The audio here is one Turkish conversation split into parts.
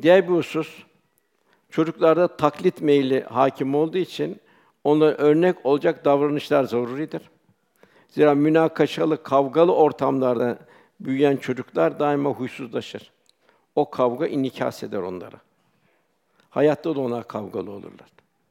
Diğer bir husus, çocuklarda taklit meyli hâkim olduğu için onlara örnek olacak davranışlar zaruridir. Zira münakaşalı, kavgalı ortamlarda büyüyen çocuklar daima huysuzlaşır. O kavga inikas eder onlara. Hayatta da onlar kavgalı olurlar.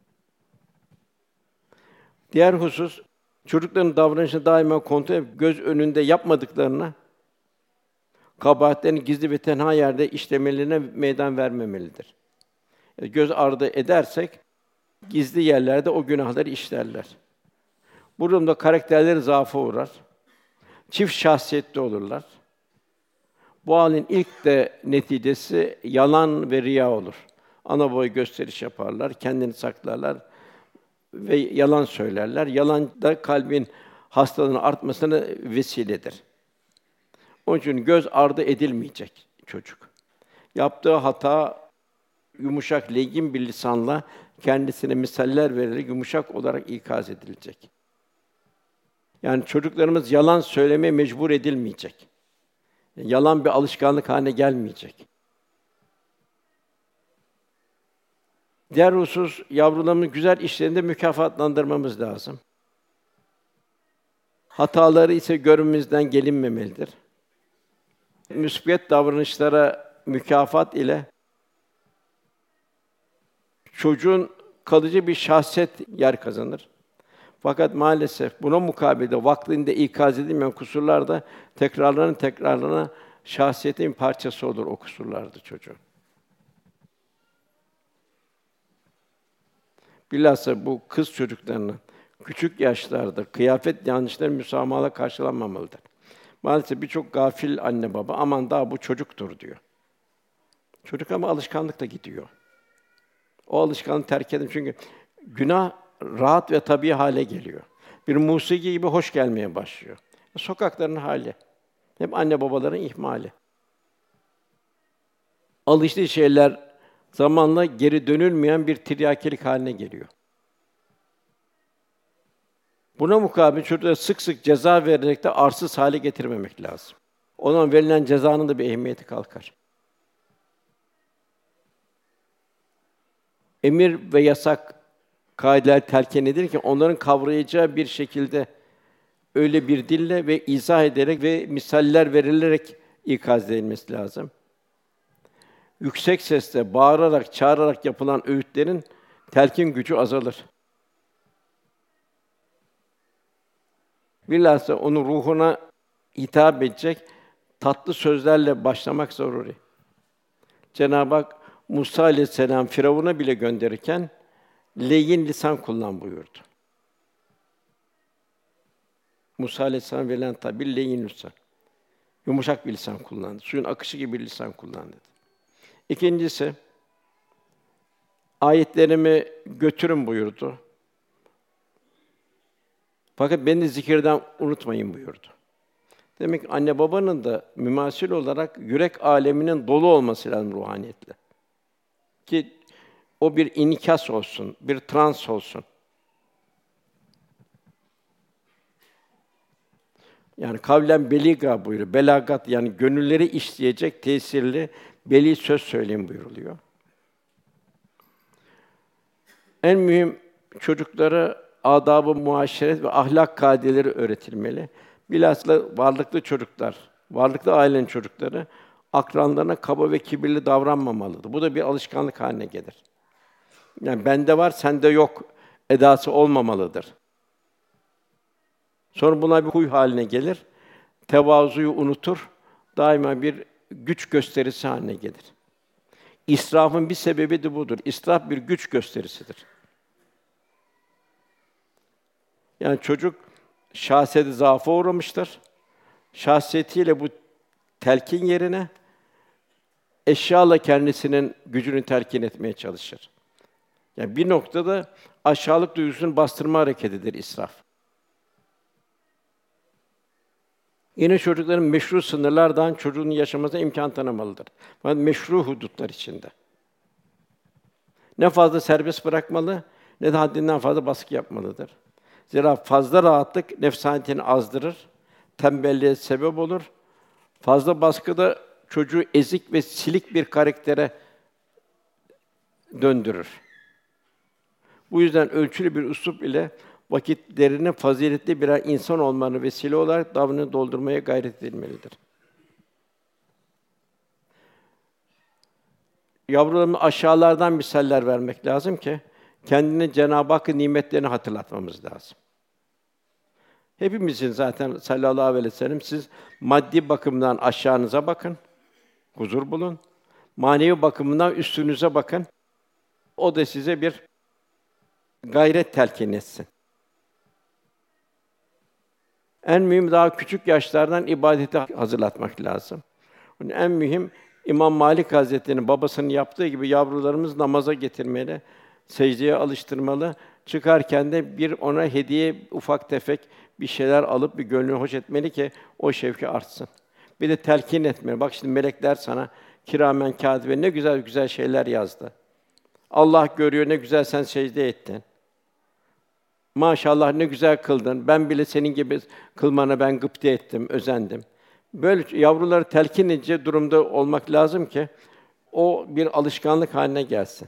Diğer husus, çocukların davranışını daima kontrol edip göz önünde yapmadıklarına, kabahatlerini gizli ve tenha yerde işlemelerine meydan vermemelidir. Göz ardı edersek, gizli yerlerde o günahları işlerler. Bu durumda karakterleri zaafa uğrar, çift şahsiyetli olurlar. Bu halin ilk de neticesi yalan ve riya olur. Ana boy gösteriş yaparlar, kendini saklarlar ve yalan söylerler. Yalan da kalbin hastalığının artmasına vesiledir. Onun için göz ardı edilmeyecek çocuk. Yaptığı hata yumuşak, legin bir lisanla kendisine misaller vererek yumuşak olarak ikaz edilecek. Yani çocuklarımız yalan söylemeye mecbur edilmeyecek. Yalan bir alışkanlık haline gelmeyecek. Diğer husus, yavrularımızı güzel işlerinde mükafatlandırmamız lazım. Hataları ise görmemizden gelinmemelidir. Müsbet davranışlara mükafat ile çocuğun kalıcı bir şahsiyet yer kazanır. Fakat maalesef buna mukabilde vaktinde ikaz edilmeyen kusurlar da tekrarlarına şahsiyetin bir parçası olur o kusurlarda çocuğun. Bilhassa bu kız çocuklarının küçük yaşlarda kıyafet yanlışları müsamahalı karşılanmamalıdır. Maalesef birçok gafil anne baba aman daha bu çocuktur diyor. Çocuk ama alışkanlıkla gidiyor. O alışkanlığı terk edin çünkü günah rahat ve tabii hale geliyor. Bir musiki gibi hoş gelmeye başlıyor. Sokakların hali. Hep anne babaların ihmali. Alıştığı şeyler zamanla geri dönülmeyen bir tiryakilik haline geliyor. Buna mukabil çocuklara sık sık ceza vererek de arsız hale getirmemek lazım. Ona verilen cezanın da bir ehemmiyeti kalkar. Emir ve yasak kaideler telkin edilir ki onların kavrayacağı bir şekilde öyle bir dille ve izah ederek ve misaller verilerek ikaz edilmesi lazım. Yüksek sesle, bağırarak, çağırarak yapılan öğütlerin telkin gücü azalır. Bilhassa onun ruhuna hitap edecek tatlı sözlerle başlamak zaruri. Cenab-ı Hak Musa aleyhisselam Firavun'a bile gönderirken leyyin lisan kullan buyurdu. Musa aleyhisselam verilen tabir leyyin lisan. Yumuşak bir lisan kullandı. Suyun akışı gibi bir lisan kullandı. İkincisi, ayetlerimi götürün buyurdu. Fakat beni zikirden unutmayın buyurdu. Demek ki anne babanın da mümasil olarak yürek aleminin dolu olması lazım ruhaniyetle. Ki o bir inikas olsun, bir trans olsun. Yani kavlen beliga buyuruyor. Belagat yani gönülleri işleyecek tesirli beli söz söyleyin buyuruluyor. En mühim çocuklara adab-ı muaşeret ve ahlak kaideleri öğretilmeli. Bilhassa varlıklı çocuklar, varlıklı ailenin çocukları akranlarına kaba ve kibirli davranmamalıdır. Bu da bir alışkanlık haline gelir. Yani bende var, sende yok edası olmamalıdır. Sonra bunlar bir huy haline gelir. Tevazuyu unutur, daima bir güç gösterisi haline gelir. İsrafın bir sebebi de budur. İsraf bir güç gösterisidir. Yani çocuk şahsiyeti zaafa uğramıştır. Şahsiyetiyle bu telkin yerine eşyayla kendisinin gücünü telkin etmeye çalışır. Yani bir noktada aşağılık duygusunu bastırma hareketidir israf. Yine çocukların meşru sınırlardan çocuğun yaşamasına imkân tanımalıdır. Fakat meşru hudutlar içinde. Ne fazla serbest bırakmalı, ne de haddinden fazla baskı yapmalıdır. Zira fazla rahatlık nefsaniyetini azdırır, tembelliğe sebep olur. Fazla baskı da çocuğu ezik ve silik bir karaktere döndürür. Bu yüzden ölçülü bir üslup ile vakitlerini faziletli birer insan olmanı vesile olarak davranı doldurmaya gayret edilmelidir. Yavrularıma aşağılardan misaller vermek lazım ki kendine Cenab-ı Hakk'ın nimetlerini hatırlatmamız lazım. Hepimizin zaten sallallahu aleyhi ve sellem siz maddi bakımdan aşağınıza bakın, huzur bulun. Manevi bakımından üstünüze bakın. O da size bir gayret telkin etsin. En mühim daha küçük yaşlardan ibadete hazırlatmak lazım. Bunun en mühim İmam Malik Hazretleri'nin babasının yaptığı gibi yavrularımız namaza getirmeli, secdeye alıştırmalı. Çıkarken de bir ona hediye ufak tefek bir şeyler alıp bir gönlünü hoş etmeli ki o şevki artsın. Bir de telkin etmeli. Bak şimdi melekler sana kiramen kâtibe ne güzel güzel şeyler yazdı. Allah görüyor ne güzel sen secde ettin. Maşallah ne güzel kıldın. Ben bile senin gibi kılmana ben gıpta ettim, özendim. Böyle yavruları telkin edici durumda olmak lazım ki o bir alışkanlık haline gelsin.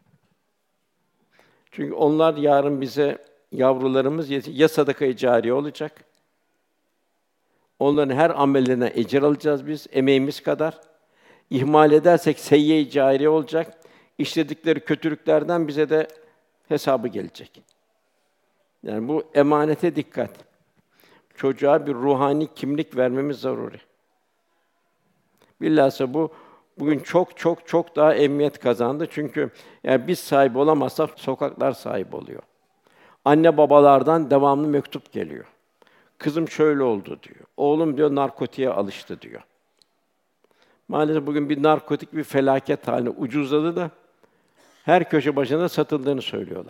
Çünkü onlar yarın bize yavrularımız ya sadaka-i cariye olacak. Onların her amellerine ecir alacağız biz emeğimiz kadar. İhmal edersek seyyi-i cariye olacak. İşledikleri kötülüklerden bize de hesabı gelecek. Yani bu emanete dikkat. Çocuğa bir ruhani kimlik vermemiz zaruri. Bilhassa bu bugün çok daha emniyet kazandı. Çünkü yani biz sahibi olamazsak sokaklar sahibi oluyor. Anne babalardan devamlı mektup geliyor. Kızım şöyle oldu diyor. Oğlum diyor narkotiğe alıştı diyor. Maalesef bugün bir narkotik bir felaket haline ucuzladı da her köşe başında satıldığını söylüyorlar.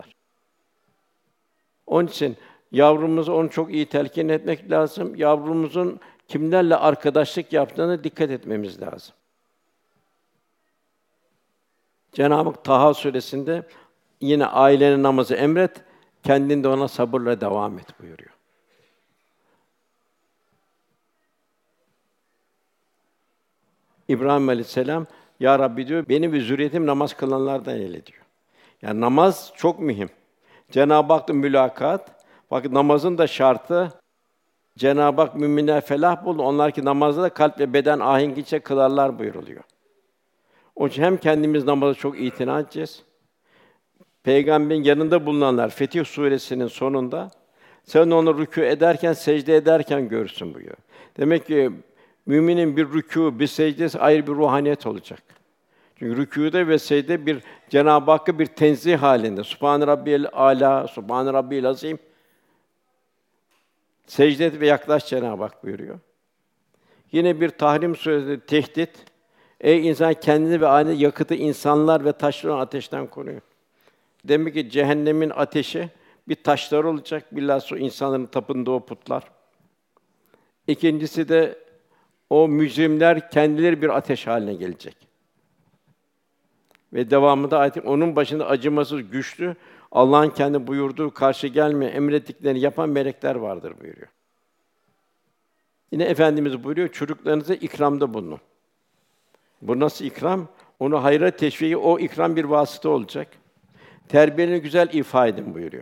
Onun için yavrumuzu onu çok iyi telkin etmek lazım. Yavrumuzun kimlerle arkadaşlık yaptığına dikkat etmemiz lazım. Cenab-ı Hak Taha suresinde yine ailenin namazı emret, kendin de ona sabırla devam et buyuruyor. İbrahim Aleyhisselam, Ya Rabbi diyor, beni ve zürriyetim namaz kılanlardan eyle diyor. Yani namaz çok mühim. Cenab-ı Hak'la mülakat, bak namazın da şartı, Cenab-ı Hak müminler felah buldu. Onlar ki namazda da kalp ve beden ahenk içe kılarlar buyuruluyor. Onun için hem kendimiz namaza çok itina edeceğiz. Peygamberin yanında bulunanlar Fetih Sûresinin sonunda sen onu rükû ederken, secde ederken görsün buyuruyor. Demek ki müminin bir rükû, bir secdesi ayrı bir ruhaniyet olacak. Çünkü rükûda ve secde bir Cenab-ı Hakk'ı bir tenzih halinde. Subhan rabbiyel âlâ, Subhan rabbiyel azîm. Secde et ve yaklaş Cenab-ı Hak buyuruyor. Yine bir Tahrim Suresi'nde tehdit. Ey insan kendini ve aileni yakıtı insanlar ve taşları ateşten koruyun. Demek ki cehennemin ateşi bir taşlar olacak, bilhassa o insanların tapındığı o putlar. İkincisi de o mücrimler kendileri bir ateş haline gelecek. Ve devamında ayet onun başında acımasız, güçlü, Allah'ın kendi buyurduğu karşı gelmeyen, emrettiklerini yapan melekler vardır buyuruyor. Yine Efendimiz buyuruyor, çocuklarınıza ikramda bulunun. Bu nasıl ikram? Onu hayra teşviki, o ikram bir vasıta olacak. Terbiyeni güzel ifa edin buyuruyor.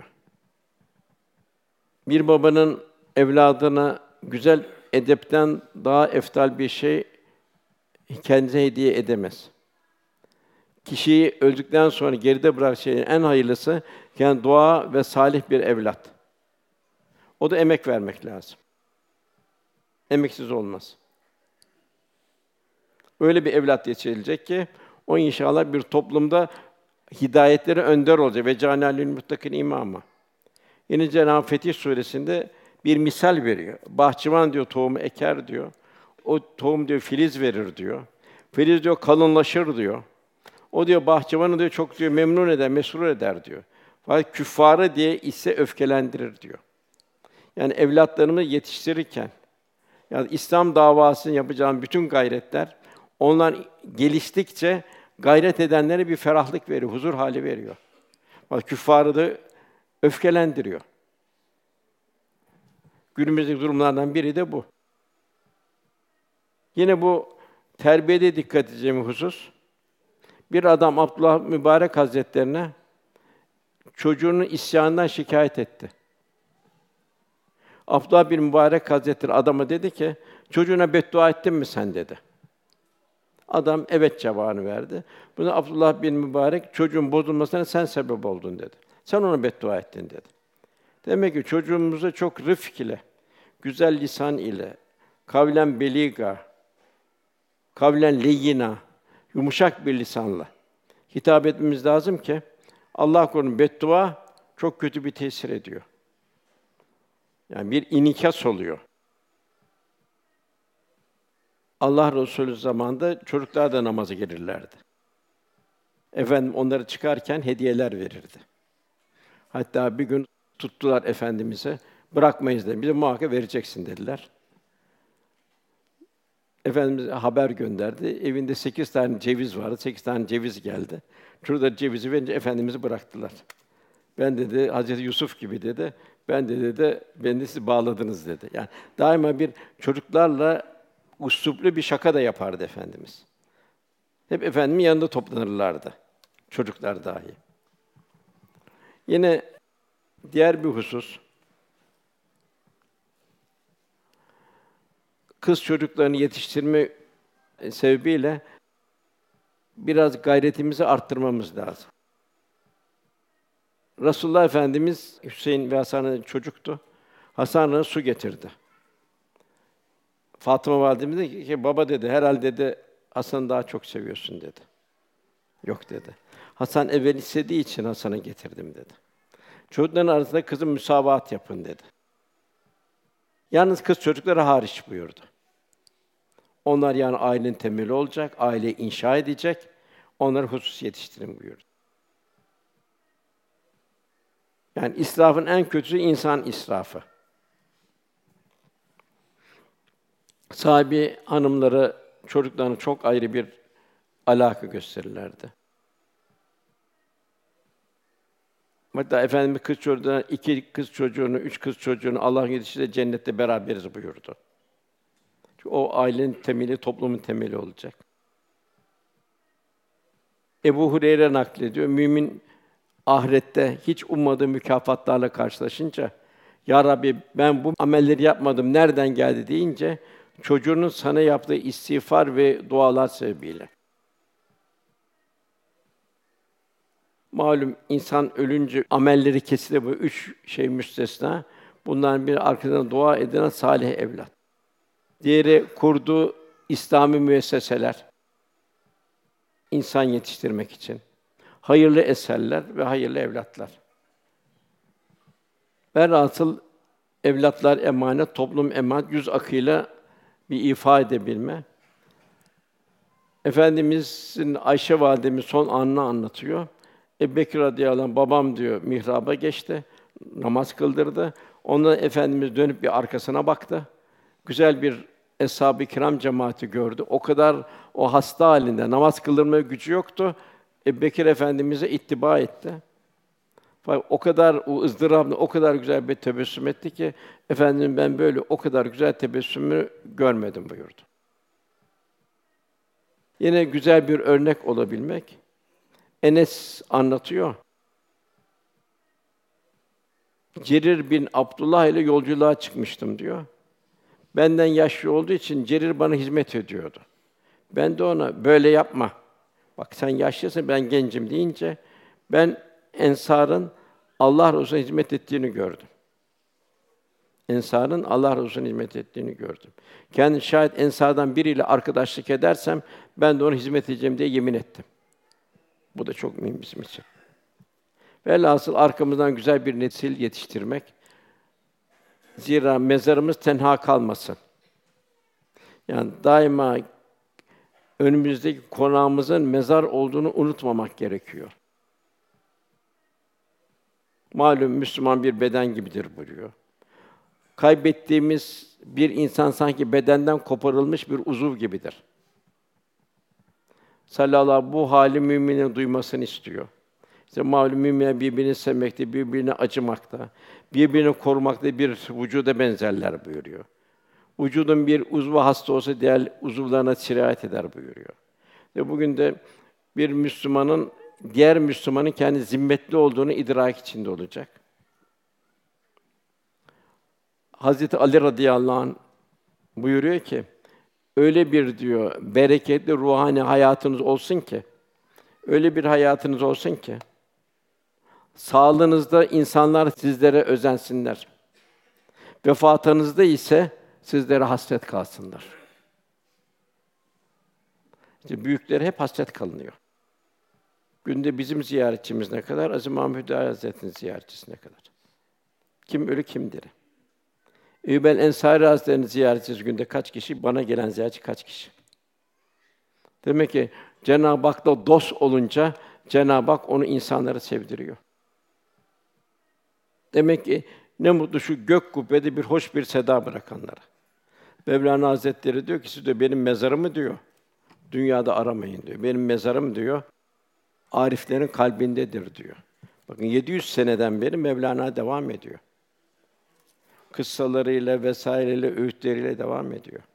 Bir babanın evladına güzel edepten daha eftal bir şey kendisine hediye edemez. Kişiyi öldükten sonra geride bırak şeyin en hayırlısı yani dua ve salih bir evlat. O da emek vermek lazım. Emeksiz olmaz. Öyle bir evlat yetiştirilecek ki o inşallah bir toplumda hidayetleri önder olacak ve cânâ muttakin imâmâ. Yine Cenab-ı Fetih Sûresinde bir misal veriyor. Bahçıvan diyor tohumu eker diyor. O tohum diyor filiz verir diyor. Filiz diyor kalınlaşır diyor. O diyor bahçıvanı diyor çok diyor memnun eder, mesrur eder diyor. Fakat küffarı diye ise öfkelendirir diyor. Yani evlatlarımızı yetiştirirken yani İslam davasını yapacağım bütün gayretler onlar geliştikçe gayret edenlere bir ferahlık veriyor, huzur hali veriyor. Bak küffarı da öfkelendiriyor. Günümüzdeki durumlardan biri de bu. Yine bu terbiyede dikkat edeceğim husus. Bir adam Abdullah Mübarek Hazretlerine çocuğunun isyanından şikâyet etti. Abdullah bin Mübarek Hazretleri adama dedi ki, "Çocuğuna beddua ettin mi sen?" dedi. Adam evet cevabını verdi. Buna Abdullah bin Mübarek, "Çocuğun bozulmasına sen sebep oldun." dedi. "Sen ona beddua ettin." dedi. Demek ki çocuğumuza çok rıfk ile, güzel lisan ile, kavlen beliga, kavlen leyyina, yumuşak bir lisanla hitap etmemiz lazım ki Allah korusun beddua çok kötü bir tesir ediyor. Yani bir inikas oluyor. Allah Resulü zamanında çocuklar da namaza gelirlerdi. Efendim onları çıkarken hediyeler verirdi. Hatta bir gün tuttular Efendimiz'e, "Bırakmayız" dedi. "Bize muhakkak vereceksin." dediler. Efendimiz haber gönderdi. Evinde 8 tane ceviz vardı. 8 tane ceviz geldi. Çocuklar cevizi verince Efendimiz'i bıraktılar. "Ben" dedi, "Hazreti Yusuf gibi" dedi. "Ben de" dedi, "Beni de siz bağladınız." dedi. Yani daima bir çocuklarla üsluplu bir şaka da yapardı Efendimiz. Hep Efendimiz'in yanında toplanırlardı. Çocuklar dahi. Yine diğer bir husus, kız çocuklarını yetiştirme sebebiyle biraz gayretimizi arttırmamız lazım. Resulullah Efendimiz Hüseyin ve Hasan'ın çocuktu. Hasan'a su getirdi. Fatıma validemiz dedi ki, "Baba" dedi, "herhâlde" dedi, "Hasan'ı daha çok seviyorsun." dedi. "Yok" dedi. "Hasan evvel istediği için Hasan'ı getirdim." dedi. "Çocukların arasında kızım müsavaat yapın." dedi. Yalnız kız çocukları hariç buyurdu. Onlar yani ailenin temeli olacak, aileyi inşa edecek, onları hususi yetiştirin buyurdu. Yani israfın en kötüsü insan israfı. Sahabi hanımları çocuklarına çok ayrı bir alaka gösterirlerdi. Hatta Efendimiz kız çocuğuna, 2 kız çocuğunu, 3 kız çocuğunu Allah yetiştirirse cennette beraberiz buyurdu. Çünkü o ailenin temeli, toplumun temeli olacak. Ebu Hureyre naklediyor. Mümin ahirette hiç ummadığı mükafatlarla karşılaşınca, "Ya Rabbi, ben bu amelleri yapmadım, nereden geldi?" deyince, çocuğunun sana yaptığı istiğfar ve dualar sebebiyle. Malum insan ölünce amelleri kesilir, bu 3 şey müstesna. Bunların biri arkasından dua edilen salih evlat. Diğeri kurduğu İslami müesseseler, insan yetiştirmek için. Hayırlı eserler ve hayırlı evlatlar. Velhasıl evlatlar emanet, toplum emanet, yüz akıyla bir ifa edebilme. Efendimizin Ayşe validemiz son anını anlatıyor. Ebubekir radıyallahu anh, "Babam" diyor, "mihraba geçti, namaz kıldırdı. Ondan Efendimiz dönüp bir arkasına baktı. Güzel bir eshab-ı kiram cemaati gördü. O kadar o hasta halinde namaz kıldırmaya gücü yoktu. Ebubekir Efendimiz'e ittiba etti. Fakat o kadar o ızdırapla o kadar güzel bir tebessüm etti ki Efendimiz, "Ben böyle o kadar güzel tebessümü görmedim." buyurdu. Yine güzel bir örnek olabilmek. Enes anlatıyor. Cerir bin Abdullah ile yolculuğa çıkmıştım diyor. Benden yaşlı olduğu için Cerir bana hizmet ediyordu. Ben de ona, "Böyle yapma. Bak sen yaşlısın, ben gencim." deyince ben Ensar'ın Allah Resulüne hizmet ettiğini gördüm. Ensar'ın Allah Resulüne hizmet ettiğini gördüm. Kendi şayet Ensar'dan biriyle arkadaşlık edersem ben de ona hizmet edeceğim diye yemin ettim. Bu da çok mühim bizim için. Velhasıl arkamızdan güzel bir nesil yetiştirmek. Zira mezarımız tenha kalmasın. Yani daima önümüzdeki konağımızın mezar olduğunu unutmamak gerekiyor. Malum Müslüman bir beden gibidir buyuruyor. Kaybettiğimiz bir insan sanki bedenden koparılmış bir uzuv gibidir. Sallallahu aleyhi ve sellem bu hali müminin duymasını istiyor. İşte malum müminler birbirini sevmekte, birbirine acımakta, birbirini korumakta bir vücuda benzerler buyuruyor. Vücudun bir uzvu hasta olsa diğer uzuvlarına sirayet eder buyuruyor. Ve bugün de bir Müslümanın diğer Müslümanın kendi zimmetli olduğunu idrak içinde olacak. Hazreti Ali radıyallahu anh buyuruyor ki, öyle bir diyor bereketli ruhani hayatınız olsun ki, öyle bir hayatınız olsun ki, sağlığınızda insanlar sizlere özensinler. Vefatınızda ise sizlere hasret kalsınlar. İşte büyüklere hep hasret kalınıyor. Günde bizim ziyaretçimiz ne kadar? Aziz Mahmud Hüdayi Hazretleri'nin ziyaretçisi ne kadar? Kim ölü, kim diri? Eyyûb el-Ensari Hazretleri'nin ziyaretçisi günde kaç kişi? Bana gelen ziyaretçi kaç kişi? Demek ki Cenab-ı Hak'la dost olunca Cenab-ı Hak onu insanlara sevdiriyor. Demek ki ne mutlu şu gök kubbede bir hoş bir seda bırakanlara. Mevlana Hazretleri diyor ki, siz de benim mezarımı diyor, dünyada aramayın diyor. Benim mezarım diyor, ariflerin kalbindedir diyor. Bakın 700 seneden beri Mevlana devam ediyor. Kıssalarıyla vesaireyle, öğütleriyle devam ediyor.